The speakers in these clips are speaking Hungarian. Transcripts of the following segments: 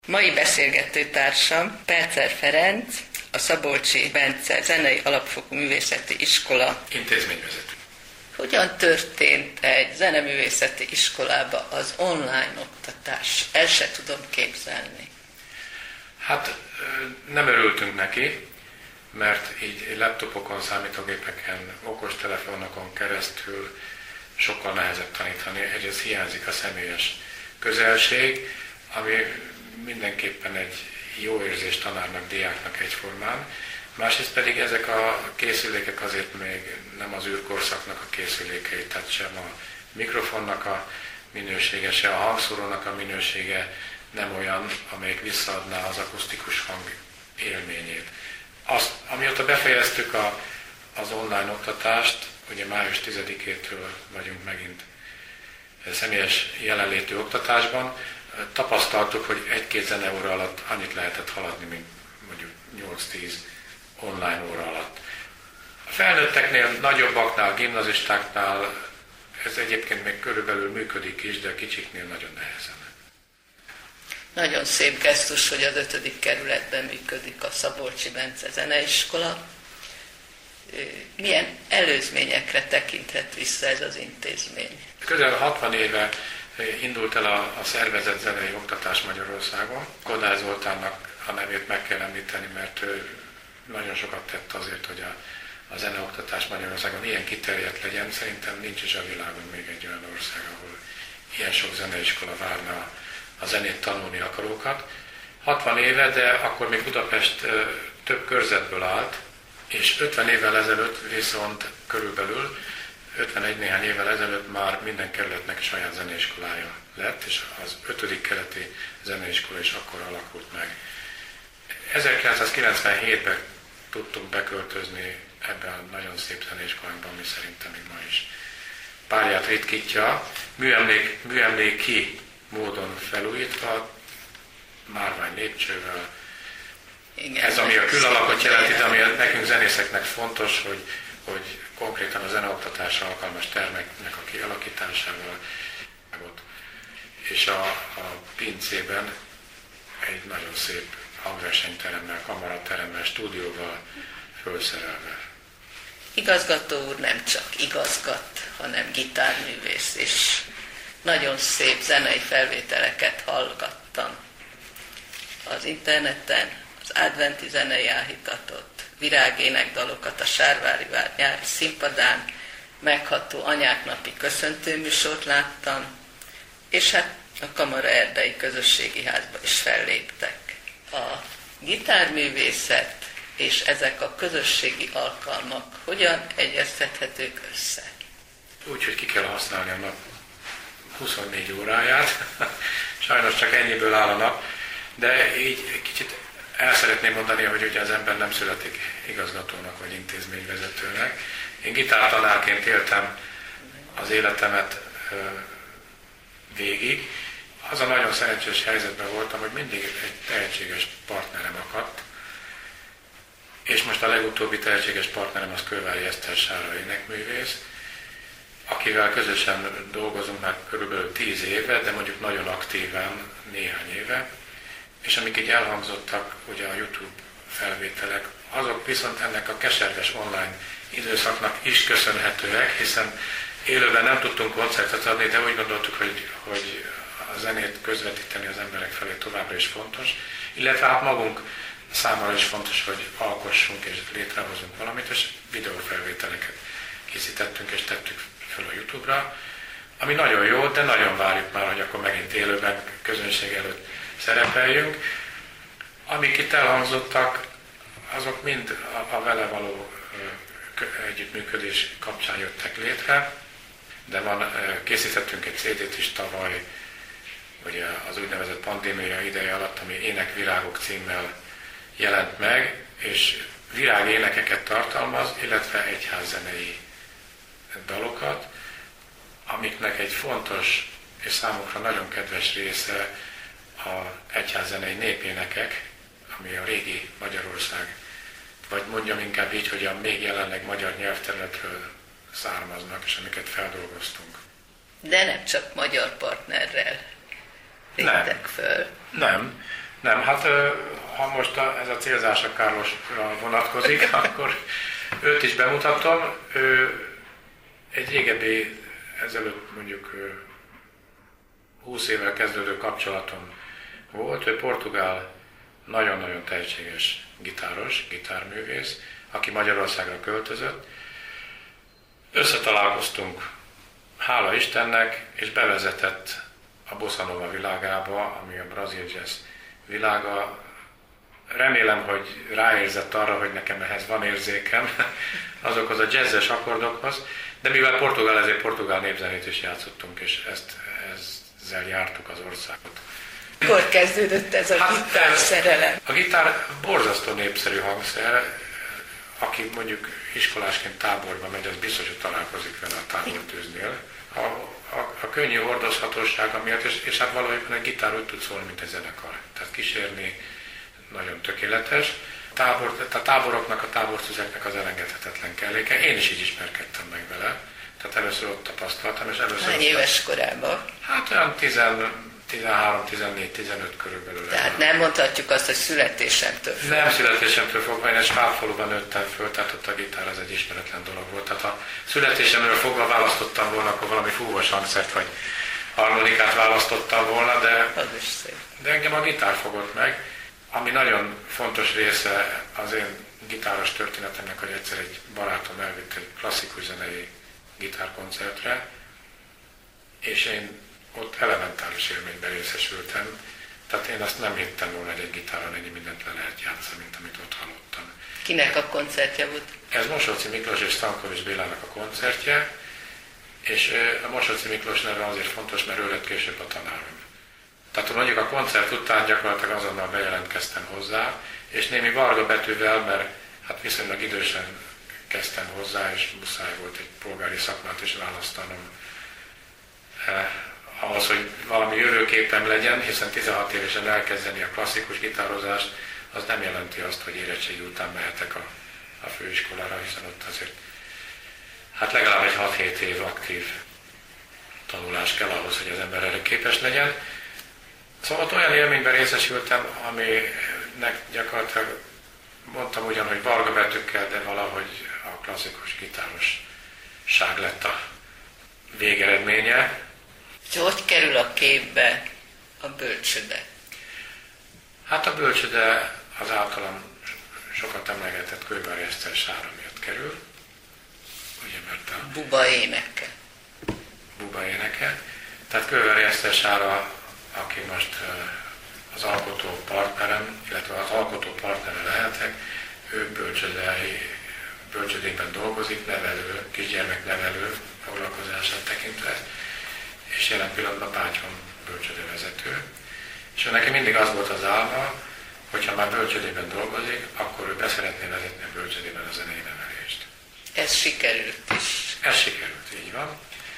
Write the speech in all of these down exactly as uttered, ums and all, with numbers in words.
Mai beszélgető társam Pelcer Ferenc, a Szabolcsi Bence Zenei Alapfokú Művészeti Iskola intézményvezető. Hogyan történt egy zeneművészeti iskolába az online oktatás? El se tudom képzelni. Hát nem örültünk neki, mert így laptopokon, számítógépeken, okostelefonokon keresztül sokkal nehezebb tanítani. Egyrészt hiányzik a személyes közelség, ami mindenképpen egy jó érzés tanárnak, diáknak egyformán. Másrészt pedig ezek a készülékek azért még nem az űrkorszaknak a készülékei, tehát sem a mikrofonnak a minősége, se a hangszórónak a minősége nem olyan, amelyik visszaadná az akusztikus hang élményét. Azt, amióta befejeztük a, az online oktatást, ugye május tizedikétől vagyunk megint személyes jelenlétű oktatásban, tapasztaltuk, hogy egy-két zeneóra alatt annyit lehetett haladni, mint mondjuk nyolc-tíz online óra alatt. A felnőtteknél, nagyobbaknál, gimnazistáknál ez egyébként még körülbelül működik is, de a kicsiknél nagyon nehezen. Nagyon szép gesztus, hogy az ötödik kerületben működik a Szabolcsi Bence Zeneiskola. Milyen előzményekre tekinthet vissza ez az intézmény? Közel hatvan éve indult el a, a szervezett zenei oktatás Magyarországon. Kodály Zoltánnak a nevét meg kell említeni, mert ő nagyon sokat tett azért, hogy a, a zeneoktatás Magyarországon ilyen kiterjedt legyen. Szerintem nincs is a világon még egy olyan ország, ahol ilyen sok zeneiskola várna a, a zenét tanulni akarókat. hatvan éve, de akkor még Budapest több körzetből állt, és ötven évvel ezelőtt viszont körülbelül, ötvenegy néhány évvel ezelőtt már minden kerületnek saját zeneiskolája lett, és az ötödik keleti zeneiskola is akkor alakult meg. ezerkilencszázkilencvenhétben tudtunk beköltözni ebben a nagyon szép zeneiskolánkban, ami szerintem még ma is párját ritkítja, műemlék, műemléki módon felújítva, márvány lépcsővel. Igen, ez, ami a külalakot jelenti, de ami nekünk zenészeknek fontos, hogy, hogy konkrétan a zeneoktatásra alkalmas termeknek a kialakításával, és a, a pincében egy nagyon szép hangversenyteremmel, kamarateremmel, stúdióval felszerelve. Igazgató úr nem csak igazgat, hanem gitárművész, és nagyon szép zenei felvételeket hallgattam az interneten, az adventi zenei áhítatot, virágénekdalokat a Sárvári Vár nyári színpadán, megható anyáknapi köszöntőműsort láttam, és hát a Kamara Erdei Közösségi Házba is felléptek. A gitárművészet és ezek a közösségi alkalmak hogyan egyeztethetők össze? Úgy, hogy ki kell használni a nap huszonnégy óráját, sajnos csak ennyiből áll a nap, de így egy kicsit el szeretném mondani, hogy ugye az ember nem születik igazgatónak vagy intézményvezetőnek. Én gitártanárként éltem az életemet ö, végig. Az a nagyon szerencsés helyzetben voltam, hogy mindig egy tehetséges partnerem akadt, és most a legutóbbi tehetséges partnerem az Kővári Eszter Sára énekművész, akivel közösen dolgozunk már körülbelül tíz éve, de mondjuk nagyon aktívan néhány éve. És amik így elhangzottak, ugye a YouTube felvételek, azok viszont ennek a keserves online időszaknak is köszönhetőek, hiszen élőben nem tudtunk koncertet adni, de úgy gondoltuk, hogy, hogy a zenét közvetíteni az emberek felé továbbra is fontos, illetve hát magunk számára is fontos, hogy alkossunk és létrehozunk valamit, és videófelvételeket készítettünk és tettük fel a YouTube-ra, ami nagyon jó, de nagyon várjuk már, hogy akkor megint élőben közönség előtt szerepeljünk. Amik itt elhangzottak, azok mind a, a vele való ö, együttműködés kapcsán jöttek létre, de van, ö, készítettünk egy cé dét is tavaly, ugye az úgynevezett pandémia ideje alatt, ami Énekvirágok címmel jelent meg, és virágénekeket tartalmaz, illetve egyházzenei dalokat, amiknek egy fontos és számukra nagyon kedves része a egyházzenei népénekek, ami a régi Magyarország, vagy mondjam inkább így, hogy a még jelenleg magyar nyelvterületről származnak, és amiket feldolgoztunk. De nem csak magyar partnerrel léptek föl. Nem. Nem, hát ha most a, ez a célzás a Carlosra vonatkozik, akkor őt is bemutatom. Ő egy régebbi, ezelőtt mondjuk húsz évvel kezdődő kapcsolatom volt. Ő portugál, nagyon-nagyon tehetséges gitáros, gitárművész, aki Magyarországra költözött. Összetalálkoztunk, hála Istennek, és bevezetett a bossa nova világába, ami a brazil jazz világa. Remélem, hogy ráérzett arra, hogy nekem ehhez van érzékem, azokhoz a jazzes akkordokhoz, de mivel portugál, ezért portugál népzenét is játszottunk, és ezt, ezzel jártuk az országot. Mikor kezdődött ez a hát, gitár szerelem? A gitár borzasztó népszerű hangszer. Aki mondjuk iskolásként táborba megy, az biztos, hogy találkozik vele a tábortűznél. A, a, a könnyű hordozhatósága miatt, és, és hát valójában egy gitár úgy tud szólni, mint egy zenekar. Tehát kísérni nagyon tökéletes. Tábor, a táboroknak, a tábortüzeknek az elengedhetetlen kelléke. Én is így ismerkedtem meg vele. Tehát először ott tapasztaltam, és először... Hány éves korában? Hát olyan tizenhárom, tizennégy, tizenöt körülbelül. Tehát nem mondhatjuk azt, hogy születésemtől fogva. Nem születésemtől fogva, én egy Svábfaluban nőttem föl, tehát ott a gitár az egy ismeretlen dolog volt. Tehát ha születésemről fogva választottam volna, akkor valami fúvós hangszert vagy harmonikát választottam volna, de, az is szép. de engem a gitár fogott meg. Ami nagyon fontos része az én gitáros történetemnek, hogy egyszer egy barátom elvitt egy klasszikus zenei gitárkoncertre, és én ott elementáris élményben részesültem. Tehát én azt nem hittem volna, hogy egy gitáron ennyi mindent le lehet játszani, mint amit ott hallottam. Kinek a koncertje volt? Ez Mosóczy Miklós és Stankovics Bélának a koncertje, és a Mosóczy Miklós neve azért fontos, mert ő lett később a tanárom. Tehát mondjuk a koncert után gyakorlatilag azonnal bejelentkeztem hozzá, és némi varga betűvel, mert hát viszonylag idősen kezdtem hozzá, és muszáj volt egy polgári szakmát is választanom eh, ahhoz, hogy valami jövőképem legyen, hiszen tizenhat évesen elkezdeni a klasszikus gitározást, az nem jelenti azt, hogy érettségi után mehetek a, a főiskolára, hiszen ott azért hát legalább egy hat-hét év aktív tanulás kell ahhoz, hogy az ember erre képes legyen. Szóval ott olyan élményben részesültem, aminek gyakorlatilag mondtam ugyan, hogy varga betűkkel, de valahogy a klasszikus gitárosság lett a végeredménye. Hogy kerül a képbe a bölcsöde? Hát a bölcsöde az általam sokat emlegetett Kővári Eszter sára miatt kerül. Ugye, mert a Buba éneke. Buba éneke. Tehát Kővári Eszter sára, aki most az alkotó partnerem, illetve az alkotó partnere lehetek, ő bölcsödei, bölcsödében dolgozik, nevelő, kisgyermeknevelő foglalkozását tekintve, és jelen pillanatban Pátyhon bölcsödevezető. És neki mindig az volt az álma, hogyha már bölcsödében dolgozik, akkor ő beszeretné vezetni a bölcsödében a zenei nevelést. Ez sikerült is. Ez sikerült, így van.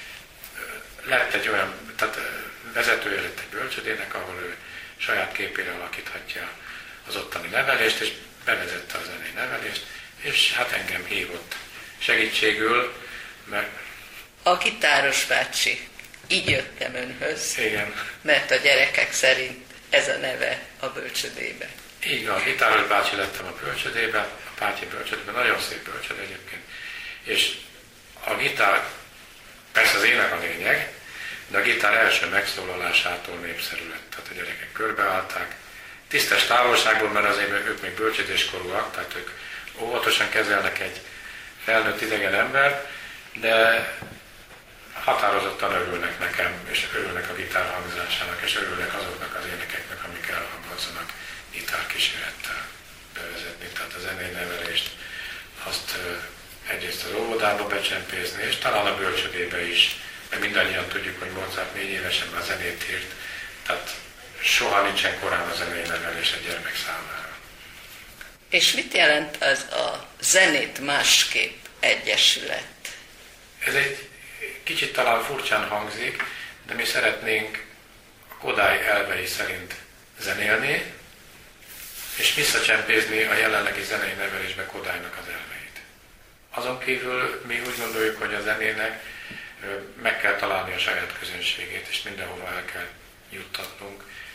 Lett egy olyan, tehát vezetője lett egy bölcsödének, ahol ő saját képére alakíthatja az ottani nevelést, és bevezette a zenei nevelést, és hát engem hívott segítségül, mert... A gitáros bácsi, így jöttem önhöz, igen. Mert a gyerekek szerint ez a neve a bölcsödébe. Így van, gitáros bácsi lettem a bölcsödében, a Pátyi bölcsödében, nagyon szép bölcsöd egyébként, és a gitár, persze az ének a lényeg, de a gitár első megszólalásától népszerű lett, tehát a gyerekek körbeállták, tisztes távolságból, mert azért ők még bölcsödéskorúak, tehát ők óvatosan kezelnek egy felnőtt idegen embert, de határozottan örülnek nekem, és örülnek a gitár hangzásának, és örülnek azoknak az énekeknek, amik elhangozzanak gitárkísérettel bevezetni. Tehát a zenei nevelést azt egyrészt az óvodába becsempészni, és talán a bölcsödébe is, mert mindannyian tudjuk, hogy Mozart négy évesen már zenét írt, tehát soha nincsen korán a zenei nevelés a gyermek számára. És mit jelent az a Zenét Másképp Egyesület? Ez egy kicsit talán furcsán hangzik, de mi szeretnénk a Kodály elvei szerint zenélni, és visszacsempézni a jelenlegi zenei nevelésbe Kodálynak az elveit. Azon kívül mi úgy gondoljuk, hogy a zenének meg kell találni a saját közönségét, és mindenhova el kell juttatnunk.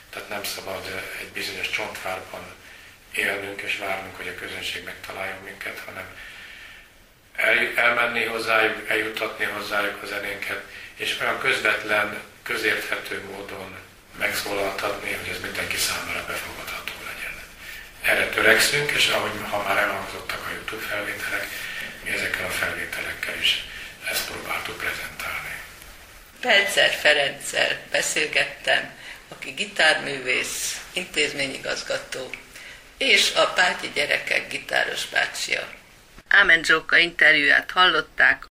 tehát nem szabad egy bizonyos csontvárban élnünk és várnunk, hogy a közönség megtaláljon minket, hanem el, elmenni hozzájuk, eljutatni hozzájuk a zenénket, és olyan közvetlen, közérthető módon megszólaltatni, hogy ez mindenki számára befogadható legyen. Erre törekszünk, és ahogy ha már elhangzottak a YouTube felvételek, mi ezekkel a felvételekkel is ezt próbáltuk prezentálni. Pelzer Ferenccel beszélgettem, aki gitárművész, intézményigazgató, és a Pálti Gyerekek gitáros bácsia. Ámen Zsóka interjúját hallották